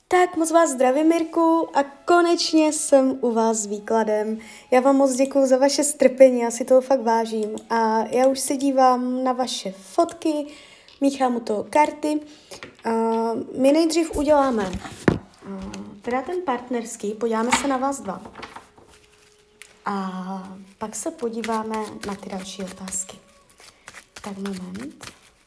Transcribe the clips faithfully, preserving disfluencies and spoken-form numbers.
Tak moc vás zdravím, Mirku, a konečně jsem u vás s výkladem. Já vám moc děkuju za vaše strpení, já si toho fakt vážím. A já už se dívám na vaše fotky, míchám u toho karty. A my nejdřív uděláme teda ten partnerský, podíváme se na vás dva. A pak se podíváme na ty další otázky. Tak moment.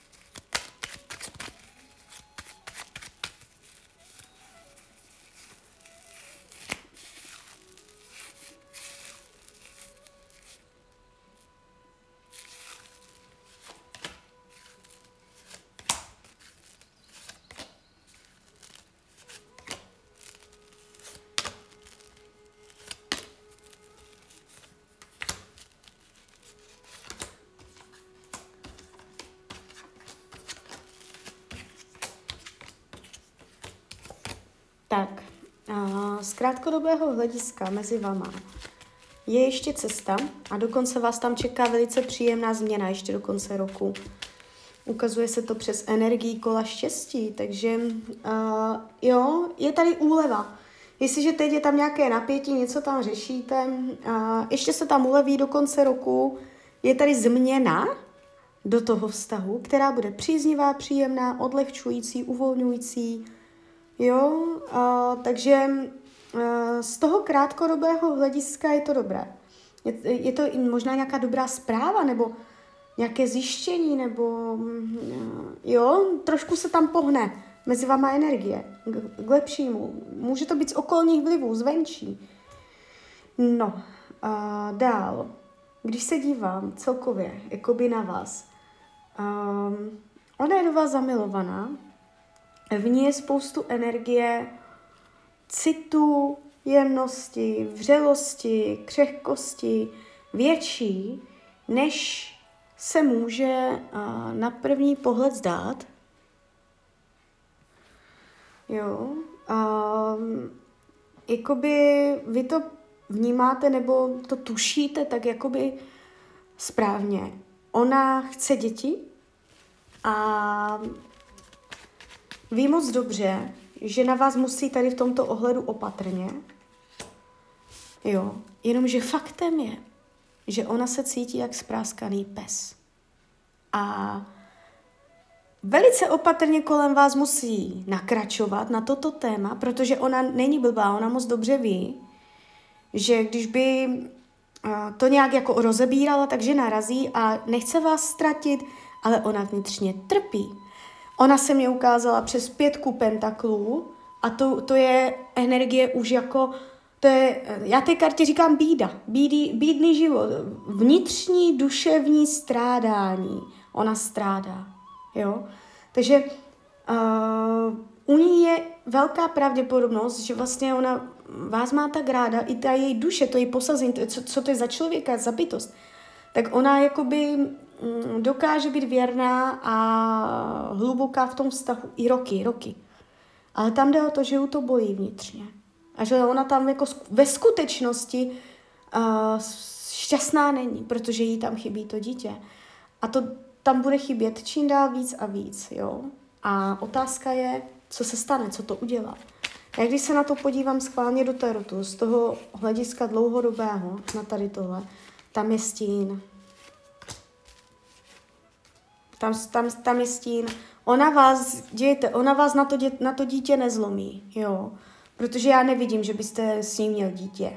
Tak, z krátkodobého hlediska mezi vama je ještě cesta a dokonce vás tam čeká velice příjemná změna ještě do konce roku. Ukazuje se to přes energii kola štěstí, takže uh, jo, je tady úleva. Jestliže teď je tam nějaké napětí, něco tam řešíte, uh, ještě se tam uleví do konce roku, je tady změna do toho vztahu, která bude příznivá, příjemná, odlehčující, uvolňující. Jo, uh, takže uh, z toho krátkodobého hlediska je to dobré. Je, je to i možná nějaká dobrá zpráva, nebo nějaké zjištění, nebo uh, jo, trošku se tam pohne mezi váma energie k, k lepšímu. Může to být z okolních vlivů, zvenčí. No, uh, dál, když se dívám celkově, jakoby na vás, um, ona je do vás zamilovaná, v ní je spoustu energie, citu, jemnosti, vřelosti, křehkosti, větší, než se může uh, na první pohled zdát. Jo. Um, jakoby vy to vnímáte nebo to tušíte tak jakoby správně. Ona chce děti a ví moc dobře, že na vás musí tady v tomto ohledu opatrně. Jo, jenomže faktem je, že ona se cítí jak spráskaný pes. A velice opatrně kolem vás musí nakračovat na toto téma, protože ona není blbá, ona moc dobře ví, že když by to nějak jako rozebírala, takže narazí a nechce vás ztratit, ale ona vnitřně trpí. Ona se mě ukázala přes pětku pentaklů a to, to je energie už jako, to je, já té kartě říkám bída, bídý, bídný život, vnitřní duševní strádání, ona strádá, jo. Takže uh, u ní je velká pravděpodobnost, že vlastně ona vás má tak ráda, i ta její duše, to její posazení, to, co, co to je za člověka, za bytost, tak ona jakoby dokáže být věrná a hluboká v tom vztahu i roky, roky. Ale tam jde o to, že ju to bolí vnitřně. A že ona tam jako ve skutečnosti uh, šťastná není, protože jí tam chybí to dítě. A to tam bude chybět čím dál víc a víc, jo. A otázka je, co se stane, co to udělá. Já když se na to podívám schválně do tarotu, z toho hlediska dlouhodobého, na tady tohle, tam je stín. Tam, tam, tam je stín. Ona vás, dějte, ona vás na to, dě, na to dítě nezlomí, jo. Protože já nevidím, že byste s ním měl dítě.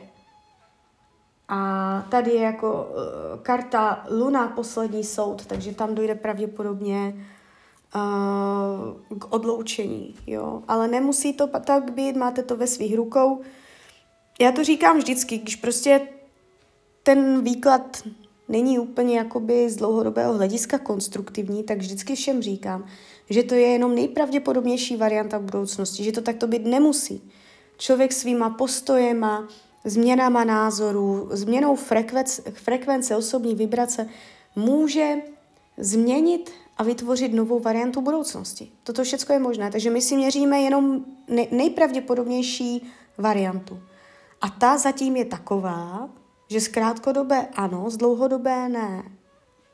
A tady je jako uh, karta Luna, poslední soud, takže tam dojde pravděpodobně uh, k odloučení, jo. Ale nemusí to tak být, máte to ve svých rukou. Já to říkám vždycky, když prostě ten výklad není úplně jakoby z dlouhodobého hlediska konstruktivní, tak vždycky všem říkám, že to je jenom nejpravděpodobnější varianta v budoucnosti, že to takto být nemusí. Člověk svýma postojema, změnama názorů, změnou frekvence, frekvence osobní vibrace může změnit a vytvořit novou variantu budoucnosti. Toto všechno je možné, takže my si měříme jenom nejpravděpodobnější variantu. A ta zatím je taková, že z krátkodobé ano, z dlouhodobé ne.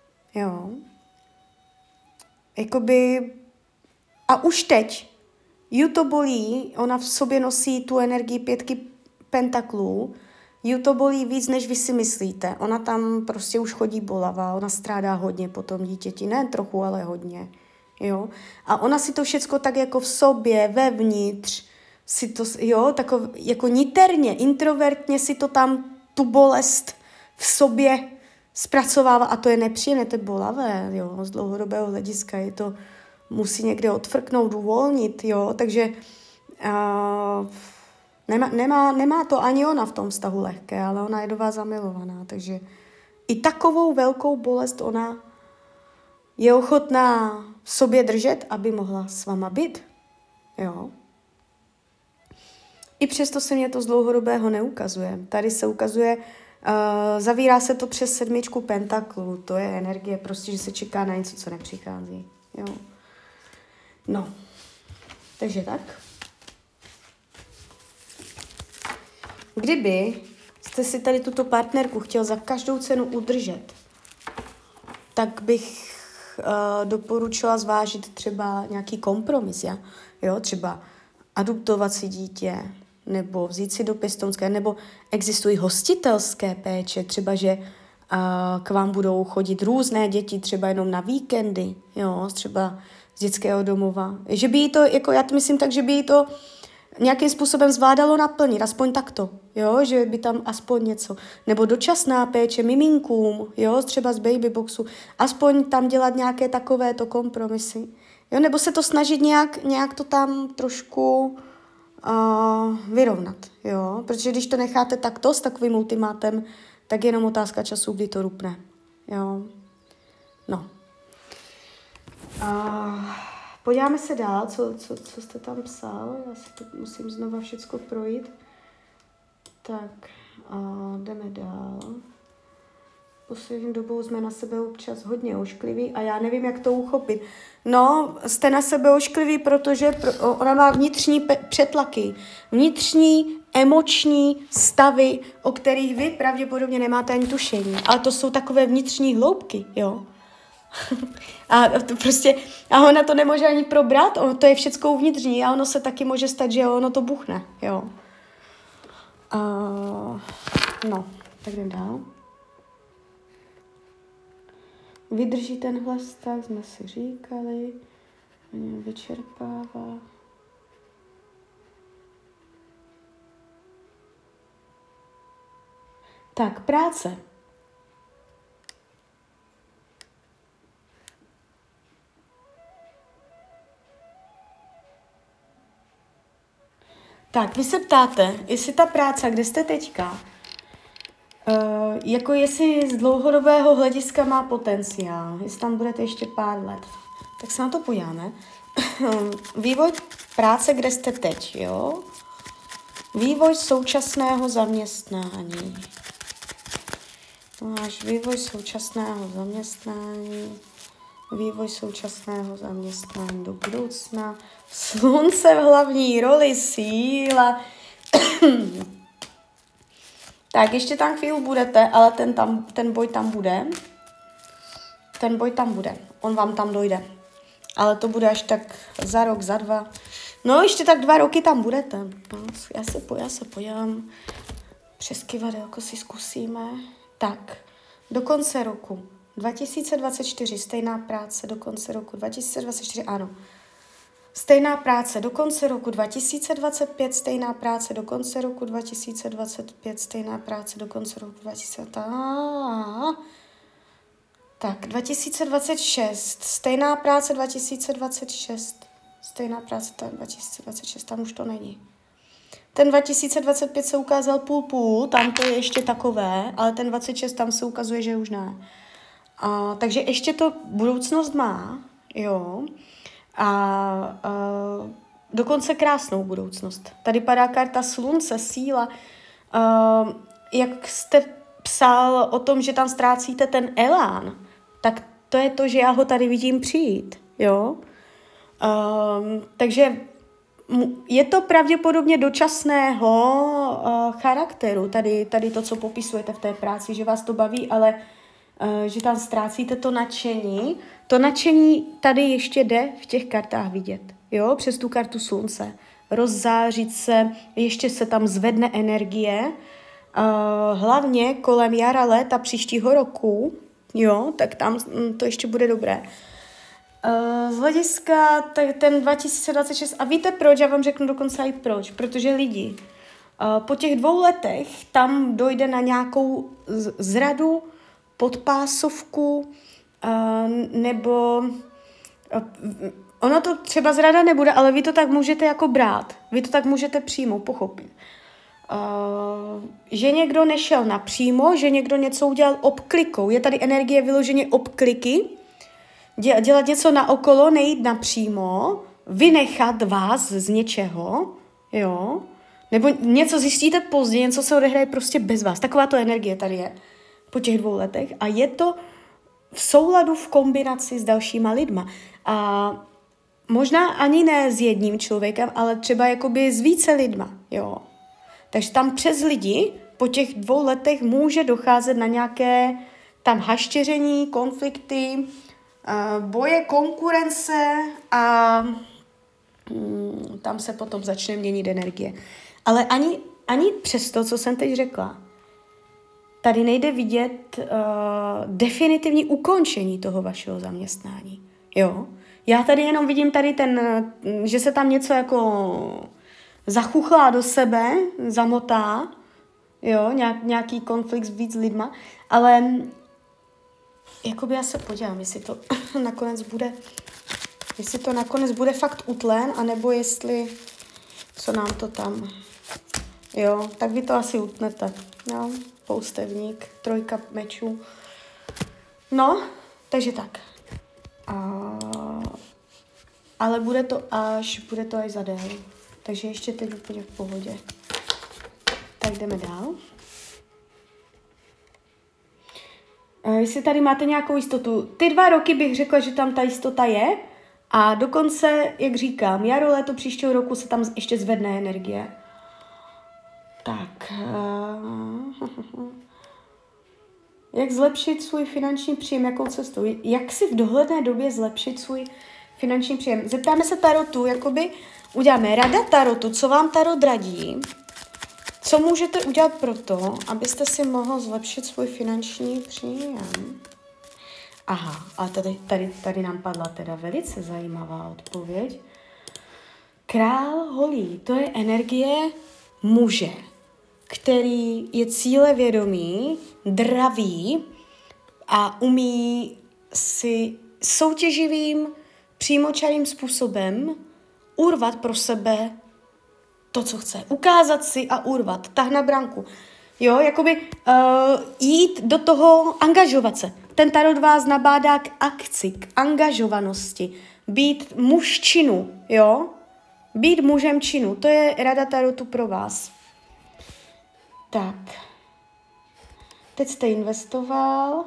Jo. Jakoby, a už teď Ju to bolí, ona v sobě nosí tu energii pětky pentaklů, ju to bolí víc, než vy si myslíte. Ona tam prostě už chodí bolavá, ona strádá hodně po tom dítěti, ne trochu, ale hodně. Jo? A ona si to všecko tak jako v sobě, vevnitř, si to, jo, takov, jako niterně, introvertně si to tam, tu bolest v sobě zpracovává a to je nepříjemné, to je bolavé, jo, z dlouhodobého hlediska je to, musí někde odfrknout, uvolnit, jo, takže uh, nemá, nemá, nemá to ani ona v tom vztahu lehké, ale ona je do vás zamilovaná, takže i takovou velkou bolest ona je ochotná v sobě držet, aby mohla s váma být, jo. I přesto se mě to z dlouhodobého neukazuje. Tady se ukazuje, uh, zavírá se to přes sedmičku pentaklů. To je energie, prostě, že se čeká na něco, co nepřichází. Jo. No. Takže tak. Kdyby jste si tady tuto partnerku chtěl za každou cenu udržet, tak bych uh, doporučila zvážit třeba nějaký kompromis. Ja? Jo, třeba adoptovat si dítě, nebo vzít si do pěstounské, nebo existují hostitelské péče, třeba, že uh, k vám budou chodit různé děti, třeba jenom na víkendy, jo, třeba z dětského domova. Že by jí to, jako já to myslím tak, že by jí to nějakým způsobem zvládalo naplnit, aspoň takto, jo, že by tam aspoň něco, nebo dočasná péče miminkům, jo, třeba z babyboxu, aspoň tam dělat nějaké takovéto kompromisy, jo, nebo se to snažit nějak, nějak to tam trošku uh, vyrovnat, jo, protože když to necháte takto s takovým ultimátem, tak je jenom otázka času, kdy to rupne, jo, no. Uh, Podíváme se dál, co, co, co jste tam psal, já si to musím znova všecko projít. Tak, a jdeme dál. Poslední dobou jsme na sebe občas hodně oškliví a já nevím, jak to uchopit. No, jste na sebe oškliví, protože pro, ona má vnitřní pe- přetlaky, vnitřní emoční stavy, o kterých vy pravděpodobně nemáte ani tušení. Ale to jsou takové vnitřní hloubky, jo. A to prostě, a ona to nemůže ani probrat, ono to je všecko uvnitřní a ono se taky může stát, že ono to buchne, jo. Uh, no, tak jdem dál. Vydrží tenhle vztah, jsme si říkali, vyčerpává. Tak, práce. Tak, vy se ptáte, jestli ta práce, kde jste teďka, uh, jako jestli z dlouhodobého hlediska má potenciál, jestli tam budete ještě pár let, tak se na to podíváme. Vývoj práce, kde jste teď, jo? Vývoj současného zaměstnání. Máš vývoj současného zaměstnání, vývoj současného zaměstnání do budoucna, slunce v hlavní roli, síla. Tak, ještě tam chvíli budete, ale ten, tam, ten boj tam bude. Ten boj tam bude, on vám tam dojde. Ale to bude až tak za rok, za dva. No, ještě tak dva roky tam budete. No, já, se, já se podívám. Přes kyvadelko si zkusíme. Tak, do konce roku dva tisíce dvacet čtyři, stejná práce do konce roku dva tisíce dvacet čtyři, ano. Stejná práce do konce roku dva tisíce dvacet pět, stejná práce do konce roku dva tisíce dvacet pět, stejná práce do konce roku dva tisíce dvacet pět. Tak, dva tisíce dvacet šest, stejná práce dva tisíce dvacet šest, stejná práce dva tisíce dvacet šest, tam už to není. Ten dva tisíce dvacet pět se ukázal půl půl, tam to je ještě takové, ale ten dvacet šest tam se ukazuje, že už ne. A, takže ještě to budoucnost má, jo, a, a dokonce krásnou budoucnost. Tady padá karta slunce, síla. A, jak jste psal o tom, že tam ztrácíte ten elán, tak to je to, že já ho tady vidím přijít, jo. Um, takže je to pravděpodobně dočasného uh, charakteru, tady, tady to, co popisujete v té práci, že vás to baví, ale uh, že tam ztrácíte to nadšení. To nadšení tady ještě jde v těch kartách vidět, jo, přes tu kartu slunce. Rozzářit se, ještě se tam zvedne energie, uh, hlavně kolem jara, léta příštího roku, jo, tak tam mm, to ještě bude dobré. Uh, z hlediska t- ten dva tisíce dvacet šest, a víte proč, já vám řeknu dokonce i proč, protože lidi, uh, po těch dvou letech tam dojde na nějakou z- zradu, podpásovku, uh, nebo uh, ono to třeba zrada nebude, ale vy to tak můžete jako brát, vy to tak můžete přijmout, pochopit. Uh, že někdo nešel napřímo, že někdo něco udělal obklikou, je tady energie vyloženě obkliky, dělat něco na okolo, nejít napřímo, vynechat vás z něčeho, jo, nebo něco zjistíte později, něco se odehraje prostě bez vás. Taková to energie tady je po těch dvou letech a je to v souladu, v kombinaci s dalšíma lidma. A možná ani ne s jedním člověkem, ale třeba jakoby s více lidma, jo. Takže tam přes lidi po těch dvou letech může docházet na nějaké tam haštěření, konflikty, Uh, boje, konkurence a um, tam se potom začne měnit energie. Ale ani, ani přes to, co jsem teď řekla, tady nejde vidět uh, definitivní ukončení toho vašeho zaměstnání. Jo? Já tady jenom vidím tady ten, že se tam něco jako zachuchlá do sebe, zamotá, jo? Nějak, nějaký konflikt s víc lidma, ale jakoby já se podívám, jestli to nakonec bude, jestli to nakonec bude fakt utlen, anebo jestli, co nám to tam, jo, tak vy to asi utnete, jo, poustevník, trojka mečů, no, takže tak, a, ale bude to až, bude to až za dél, takže ještě teď úplně v pohodě, tak jdeme dál. Uh, jestli tady máte nějakou jistotu. Ty dva roky bych řekla, že tam ta jistota je a dokonce, jak říkám, jaro, léto příštího roku se tam ještě zvedne energie. Tak. Uh, jak zlepšit svůj finanční příjem, jakou cestou? Jak si v dohledné době zlepšit svůj finanční příjem? Zeptáme se tarotu, jakoby uděláme rada tarotu, co vám tarot radí. Co můžete udělat pro to, abyste si mohl zlepšit svůj finanční příjem? Aha, a tady, tady, tady nám padla teda velice zajímavá odpověď. Král holí, to je energie muže, který je cílevědomý, dravý a umí si soutěživým, přímočarým způsobem urvat pro sebe to, co chce. Ukázat si a urvat. Tah na branku. Jo, jakoby uh, jít do toho, angažovat se. Ten tarot vás nabádá k akci, k angažovanosti. Být muž činu, jo? Být mužem činu. To je rada tarotu pro vás. Tak. Teď jste investoval.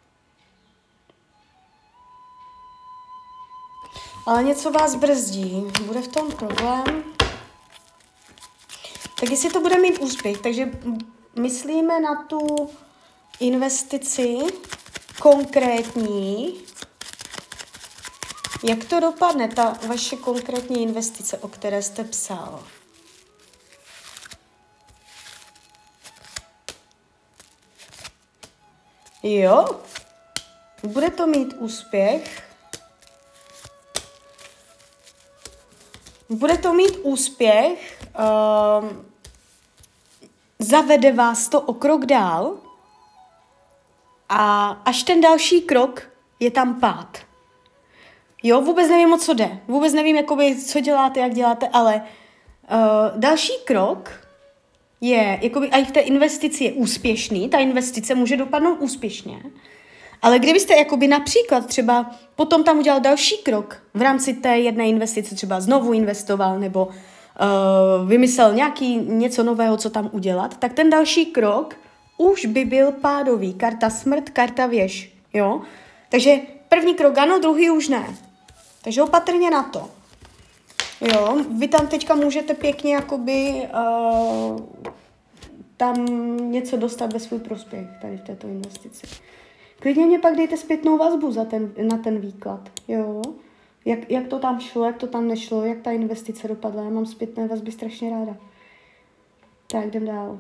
Ale něco vás brzdí. Bude v tom problém. Tak jestli to bude mít úspěch, takže myslíme na tu investici konkrétní. Jak to dopadne, ta vaše konkrétní investice, o které jste psal? Jo, bude to mít úspěch. Bude to mít úspěch, um, zavede vás to o krok dál a až ten další krok je tam pád. Jo, vůbec nevím, o co jde. Vůbec nevím, jakoby, co děláte, jak děláte, ale uh, další krok je, jakoby, a i v té investici je úspěšný, ta investice může dopadnout úspěšně, ale kdybyste jakoby například třeba potom tam udělal další krok v rámci té jedné investice, třeba znovu investoval nebo uh, vymyslel nějaký něco nového, co tam udělat, tak ten další krok už by byl pádový. Karta smrt, karta věž. Jo? Takže první krok ano, druhý už ne. Takže opatrně na to. Jo, vy tam teďka můžete pěkně jakoby uh, tam něco dostat ve svůj prospěch tady v této investici. Klidně mě pak dejte zpětnou vazbu za ten, na ten výklad. Jo? Jak, jak to tam šlo, jak to tam nešlo, jak ta investice dopadla. Já mám zpětné vazby strašně ráda. Tak, jdem dál.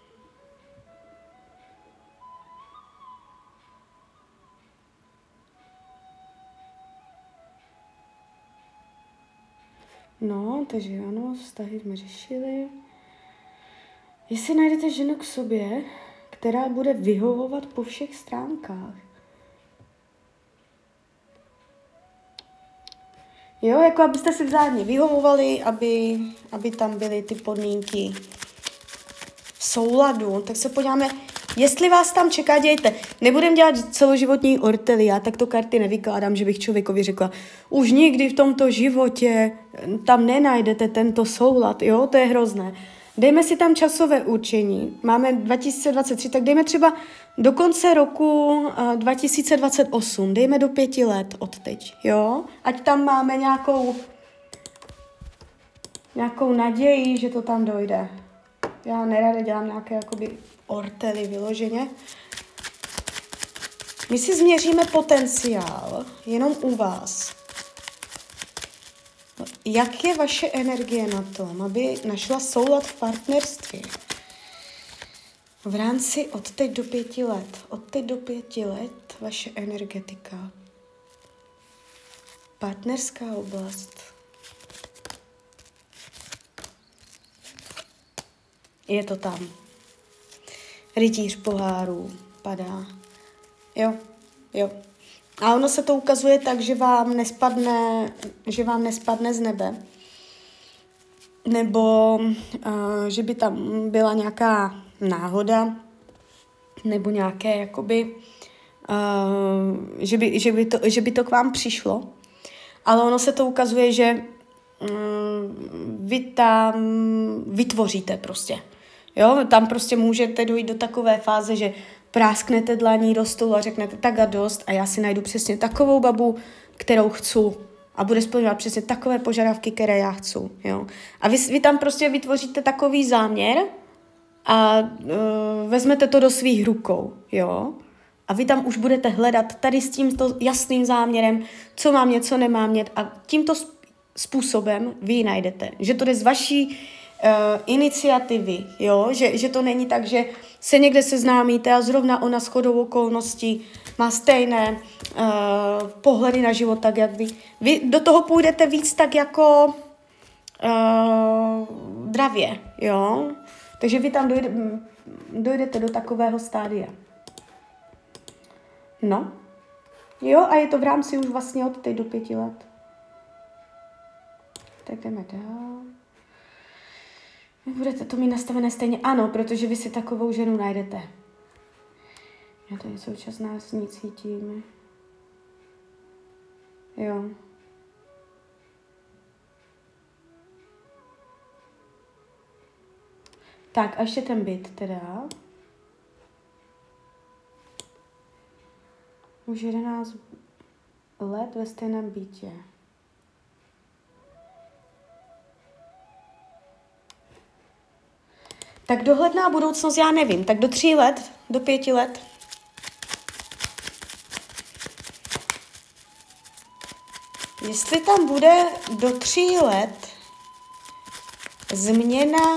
No, takže ano, vztahy jsme řešili. Jestli najdete ženu k sobě, která bude vyhovovat po všech stránkách. Jo, jako abyste si vzájemně vyhovovali, aby, aby tam byly ty podmínky v souladu. Tak se podíváme, jestli vás tam čeká, dějte. Nebudem dělat celoživotní ortely, já takto karty nevykládám, že bych člověkovi řekla, už nikdy v tomto životě tam nenajdete tento soulad, jo, to je hrozné. Dejme si tam časové určení. Máme dva tisíce dvacet tři, tak dejme třeba do konce roku uh, dva tisíce dvacet osm. Dejme do pěti let od teď, jo? Ať tam máme nějakou, nějakou naději, že to tam dojde. Já nerada dělám nějaké jakoby ortely vyloženě. My si změříme potenciál jenom u vás. Jak je vaše energie na tom, aby našla soulad v partnerství? V rámci od teď do pěti let. Od teď do pěti let vaše energetika. Partnerská oblast. Je to tam. Rytíř pohárů padá. Jo, jo. A ono se to ukazuje tak, že vám nespadne, že vám nespadne z nebe. Nebo uh, že by tam byla nějaká náhoda, nebo nějaké jakoby, uh, že, by, že, by to, že by to k vám přišlo. Ale ono se to ukazuje, že um, vy tam vytvoříte prostě. Jo, tam prostě můžete dojít do takové fáze, že prásknete dlaní do stolu a řeknete tak a dost a já si najdu přesně takovou babu, kterou chci a bude splňovat přesně takové požadavky, které já chci. Jo. A vy, vy tam prostě vytvoříte takový záměr a uh, vezmete to do svých rukou. Jo. A vy tam už budete hledat tady s tímto jasným záměrem, co mám mě, co nemám mě a tímto způsobem vy ji najdete. Že to jde z vaší Uh, iniciativy, jo? Že, že to není tak, že se někde seznámíte a zrovna ona shodou okolností má stejné uh, pohledy na život, tak jak vy. Vy do toho půjdete víc tak jako uh, dravě, jo? Takže vy tam dojde, dojdete do takového stádia. No. Jo, a je to v rámci už vlastně od teď do pěti let. Tak jdeme dál. Budete to mít nastavené stejně? Ano, protože vy si takovou ženu najdete. Já tady současná s ní cítím. Jo. Tak a ještě ten byt teda. Už jedenáct let ve stejném bytě. Tak dohledná budoucnost, já nevím. Tak do tří let, do pěti let. Jestli tam bude do tří let změna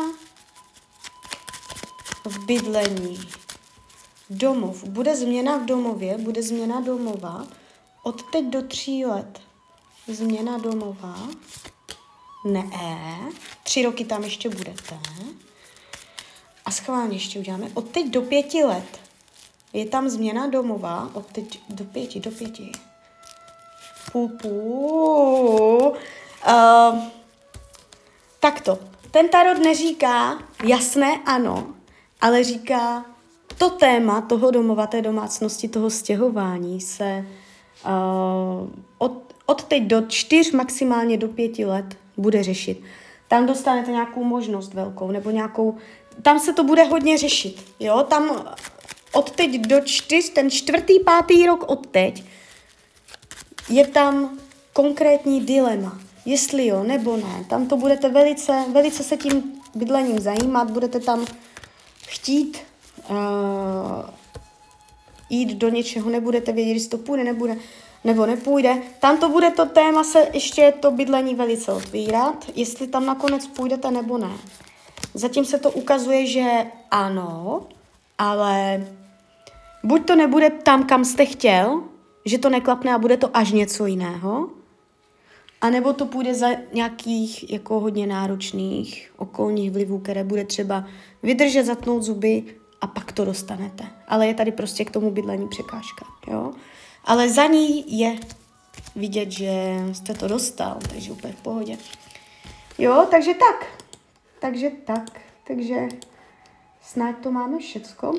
v bydlení, domov, bude změna v domově, bude změna domova, od teď do tří let změna domova, ne, tři roky tam ještě budete. A schválně ještě uděláme. Od teď do pěti let je tam změna domova. Od teď do pěti, do pěti. Půl, půl. Uh, takto. Ten tarot neříká jasné ano, ale říká, to téma toho domova, té domácnosti, toho stěhování se uh, od, od teď do čtyř, maximálně do pěti let bude řešit. Tam dostanete nějakou možnost velkou, nebo nějakou tam se to bude hodně řešit, jo, tam od teď do čtyř, ten čtvrtý, pátý rok od teď, je tam konkrétní dilema, jestli jo, nebo ne, tam to budete velice, velice se tím bydlením zajímat, budete tam chtít uh, jít do něčeho, nebudete vědět, jestli to půjde, nebude, nebo nepůjde. Tam to bude to téma se ještě to bydlení velice otvírat, jestli tam nakonec půjdete nebo ne. Zatím se to ukazuje, že ano, ale buď to nebude tam, kam jste chtěl, že to neklapne a bude to až něco jiného, anebo to půjde za nějakých jako hodně náročných okolních vlivů, které bude třeba vydržet, zatnout zuby a pak to dostanete. Ale je tady prostě k tomu bydlení překážka, jo. Ale za ní je vidět, že jste to dostal, takže úplně v pohodě. Jo, takže tak. Takže tak. Takže snad to máme všecko.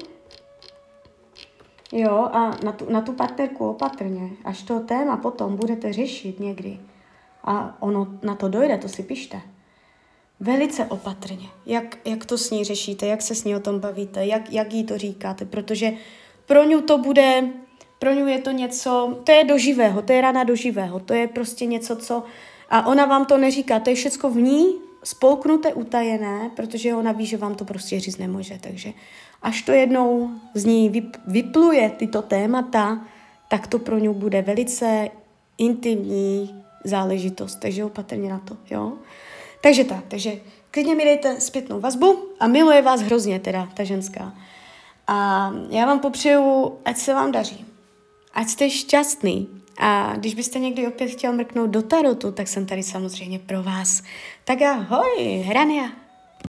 Jo, a na tu, na tu partnerku opatrně. Až to téma potom budete řešit někdy a ono na to dojde, to si pište. Velice opatrně. Jak, jak to s ní řešíte, jak se s ní o tom bavíte, jak, jak jí to říkáte, protože pro ňu to bude, pro ňu je to něco, to je do živého, to je rana do živého, to je prostě něco, co, a ona vám to neříká, to je všecko v ní spolknuté, utajené, protože ona ví, že vám to prostě říct nemůže, takže až to jednou z ní vyp, vypluje tyto témata, tak to pro ňu bude velice intimní záležitost, takže opatrně na to, jo. Takže tak, takže klidně mi dejte zpětnou vazbu a miluje vás hrozně teda ta ženská. A já vám popřeju, ať se vám daří, ať jste šťastný. A když byste někdy opět chtěl mrknout do tarotu, tak jsem tady samozřejmě pro vás. Tak ahoj, Hrania.